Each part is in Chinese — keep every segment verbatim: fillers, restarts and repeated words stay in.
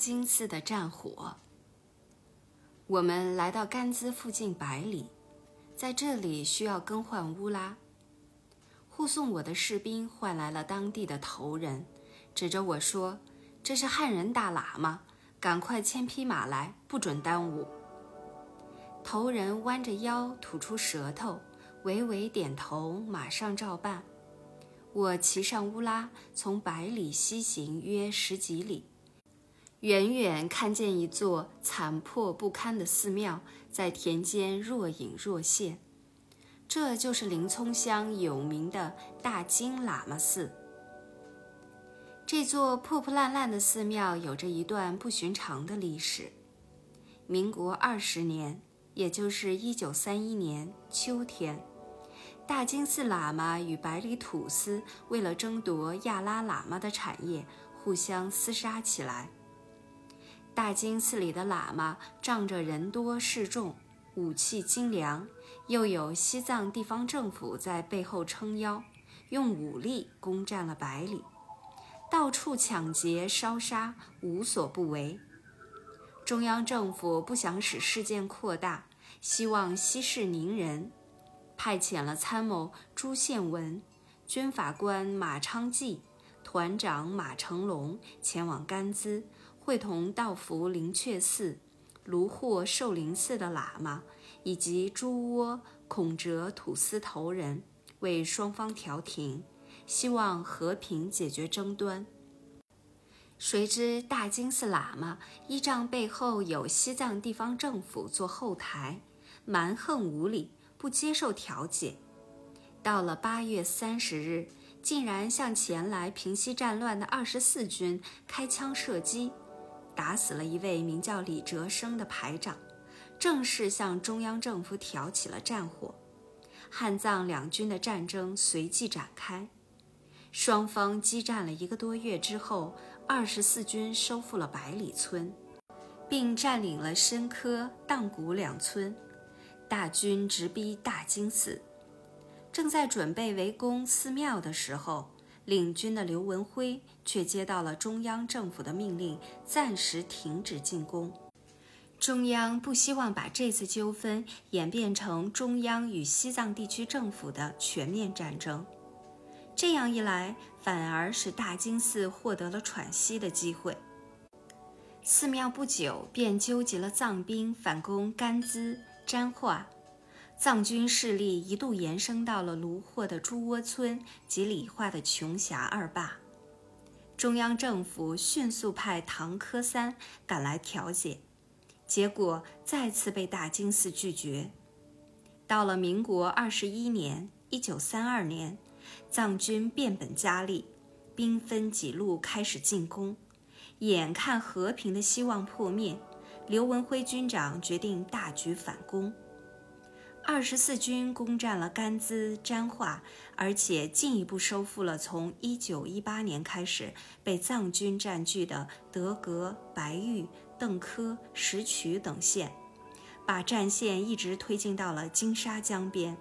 金寺的战火。我们来到甘孜附近百里，在这里需要更换乌拉。护送我的士兵换来了当地的头人，指着我说：“这是汉人大喇嘛，赶快牵匹马来，不准耽误。”头人弯着腰，吐出舌头，微微点头，马上照办。我骑上乌拉，从百里西行约十几里，远远看见一座残破不堪的寺庙在田间若隐若现，这就是临沧乡有名的大金喇嘛寺。这座破破烂烂的寺庙有着一段不寻常的历史。民国二十年，也就是一九三一年秋天，大金寺喇嘛与百里土司为了争夺亚拉喇嘛的产业，互相厮杀起来。大金寺里的喇嘛仗着人多势众，武器精良，又有西藏地方政府在背后撑腰，用武力攻占了百里，到处抢劫烧杀，无所不为。中央政府不想使事件扩大，希望息事宁人，派遣了参谋朱宪文、军法官马昌济、团长马成龙前往甘孜，会同道服灵阙寺、卢霍寿灵寺的喇嘛以及朱窝、孔哲土司头人，为双方调停，希望和平解决争端。谁知大金寺喇嘛依仗背后有西藏地方政府做后台，蛮横无理，不接受调解。到了八月三十日，竟然向前来平息战乱的二十四军开枪射击，打死了一位名叫李哲生的排长，正式向中央政府挑起了战火。汉藏两军的战争随即展开。双方激战了一个多月之后，二十四军收复了百里村，并占领了深科、荡谷两村。大军直逼大金寺，正在准备围攻寺庙的时候，领军的刘文辉却接到了中央政府的命令，暂时停止进攻。中央不希望把这次纠纷演变成中央与西藏地区政府的全面战争，这样一来，反而使大金寺获得了喘息的机会。寺庙不久便纠集了藏兵反攻甘孜、沾化，藏军势力一度延伸到了卢霍的朱窝村及理化的琼霞二坝。中央政府迅速派唐科三赶来调解，结果再次被大金寺拒绝。到了民国二十一年一九三二年，藏军变本加厉，兵分几路开始进攻。眼看和平的希望破灭，刘文辉军长决定大举反攻。二十四军攻占了甘孜、沾化，而且进一步收复了从一九一八年开始被藏军占据的德格、白玉、邓科、石渠等县，把战线一直推进到了金沙江边。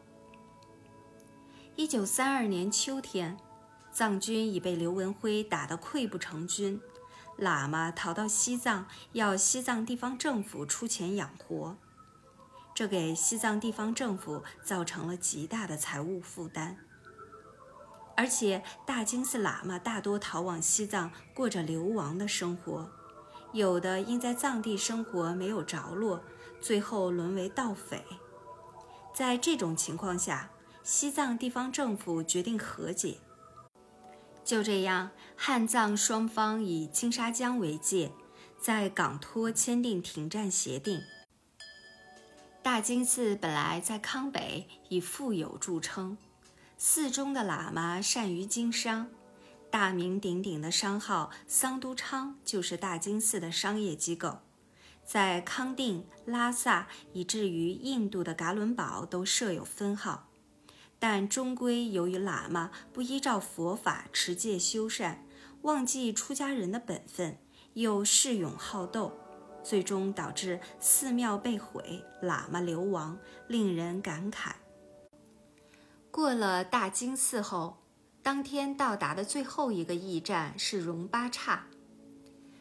一九三二年秋天，藏军已被刘文辉打得溃不成军，喇嘛逃到西藏，要西藏地方政府出钱养活，这给西藏地方政府造成了极大的财务负担。而且大金寺喇嘛大多逃往西藏，过着流亡的生活，有的因在藏地生活没有着落，最后沦为盗匪。在这种情况下，西藏地方政府决定和解。就这样，汉藏双方以金沙江为界，在港托签订停战协定。大金寺本来在康北以富有著称，寺中的喇嘛善于经商，大名鼎鼎的商号桑都昌就是大金寺的商业机构，在康定、拉萨以至于印度的噶伦堡都设有分号。但终归由于喇嘛不依照佛法持戒修善，忘记出家人的本分，又恃勇好斗，最终导致寺庙被毁，喇嘛流亡，令人感慨。过了大金寺后，当天到达的最后一个驿站是荣巴刹。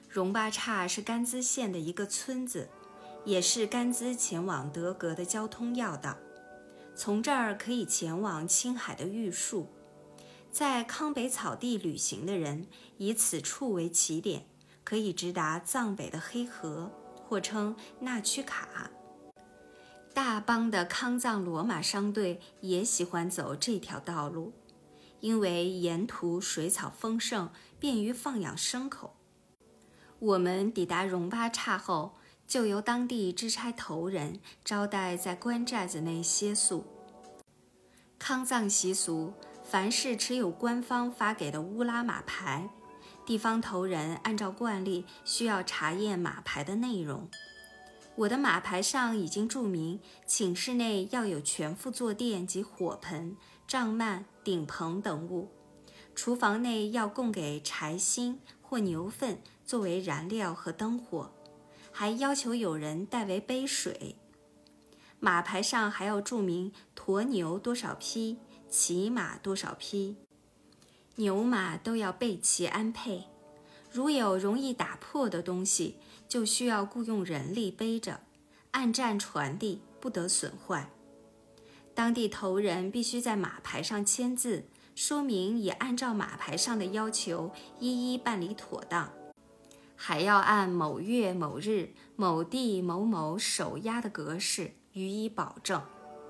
荣巴刹是甘孜县的一个村子，也是甘孜前往德格的交通要道。从这儿可以前往青海的玉树。在康北草地旅行的人以此处为起点，可以直达藏北的黑河，或称纳曲卡。大邦的康藏骡马商队也喜欢走这条道路，因为沿途水草丰盛，便于放养牲口。我们抵达荣巴刹后，就由当地支差头人招待在官寨子内歇宿。康藏习俗，凡是持有官方发给的乌拉马牌，地方头人按照惯例需要查验马牌的内容。我的马牌上已经注明，寝室内要有全副坐垫及火盆、帐幔、顶棚等物，厨房内要供给柴薪或牛粪作为燃料和灯火，还要求有人代为背水。马牌上还要注明驮牛多少匹，骑马多少匹，牛马都要备齐安配。如有容易打破的东西，就需要雇用人力背着，按站传递，不得损坏。当地头人必须在马牌上签字，说明已按照马牌上的要求一一办理妥当，还要按某月某日某地某某手押的格式予以保证。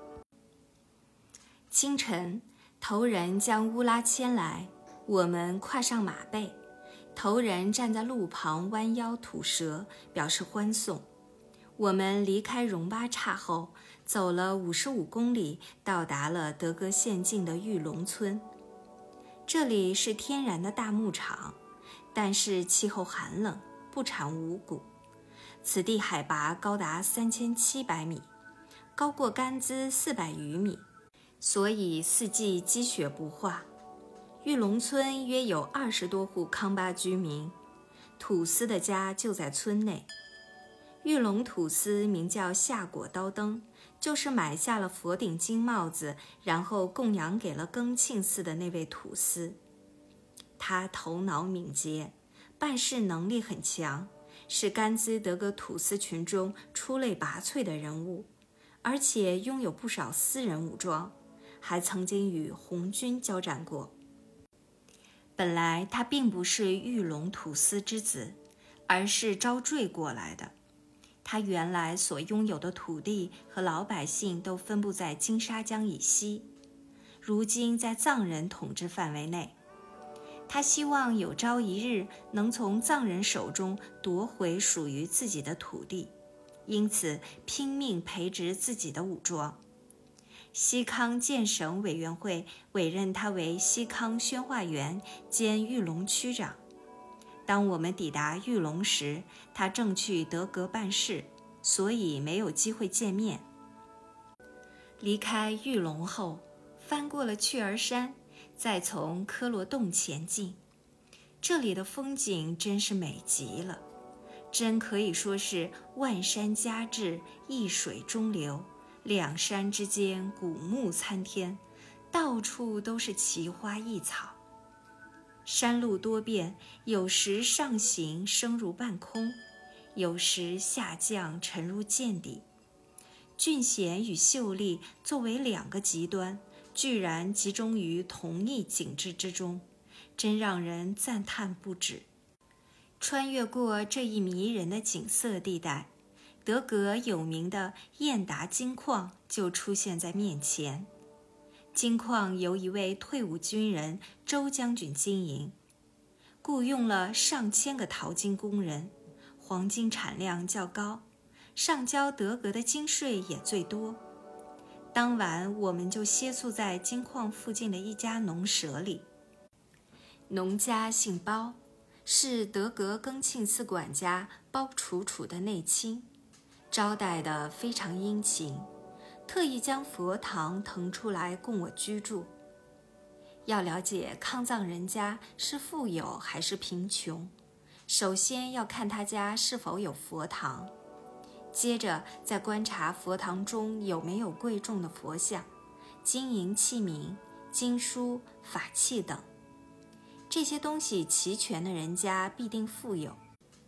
清晨，头人将乌拉牵来，我们跨上马背，头人站在路旁弯腰吐舌，表示欢送。我们离开荣巴刹后，走了五十五公里，到达了德格县境的玉龙村。这里是天然的大牧场，但是气候寒冷，不产五谷。此地海拔高达三千七百米，高过甘孜四百余米，所以四季积雪不化。玉龙村约有二十多户康巴居民，土司的家就在村内。玉龙土司名叫夏果刀灯，就是买下了佛顶金帽子，然后供养给了更庆寺的那位土司。他头脑敏捷，办事能力很强，是甘孜德格土司群中出类拔萃的人物，而且拥有不少私人武装，还曾经与红军交战过。本来他并不是玉龙土司之子，而是招赘过来的。他原来所拥有的土地和老百姓都分布在金沙江以西，如今在藏人统治范围内。他希望有朝一日能从藏人手中夺回属于自己的土地，因此拼命培植自己的武装。西康建省委员会委任他为西康宣化员兼玉龙区长。当我们抵达玉龙时，他正去德格办事，所以没有机会见面。离开玉龙后，翻过了雀儿山，再从科罗洞前进。这里的风景真是美极了，真可以说是万山夹峙，一水中流，两山之间古木参天，到处都是奇花异草。山路多变，有时上行升入半空，有时下降沉入涧底。峻险与秀丽作为两个极端，居然集中于同一景致之中，真让人赞叹不止。穿越过这一迷人的景色地带，德格有名的燕达金矿就出现在面前。金矿由一位退伍军人周将军经营，雇用了上千个淘金工人，黄金产量较高，上交德格的金税也最多。当晚我们就歇宿在金矿附近的一家农舍里。农家姓包，是德格更庆寺管家包楚楚的内亲，招待得非常殷勤，特意将佛堂腾出来供我居住。要了解康藏人家是富有还是贫穷，首先要看他家是否有佛堂，接着再观察佛堂中有没有贵重的佛像、金银器皿、经书、法器等。这些东西齐全的人家必定富有，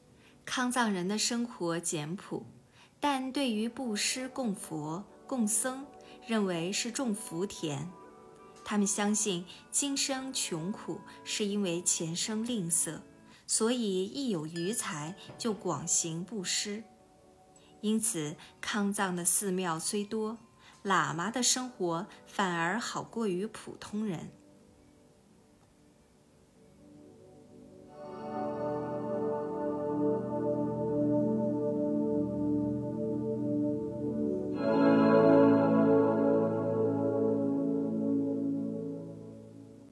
康藏人的生活简朴，但对于布施供佛、供僧，认为是种福田。他们相信今生穷苦是因为前生吝啬，所以一有余财就广行布施。因此，康藏的寺庙虽多，喇嘛的生活反而好过于普通人。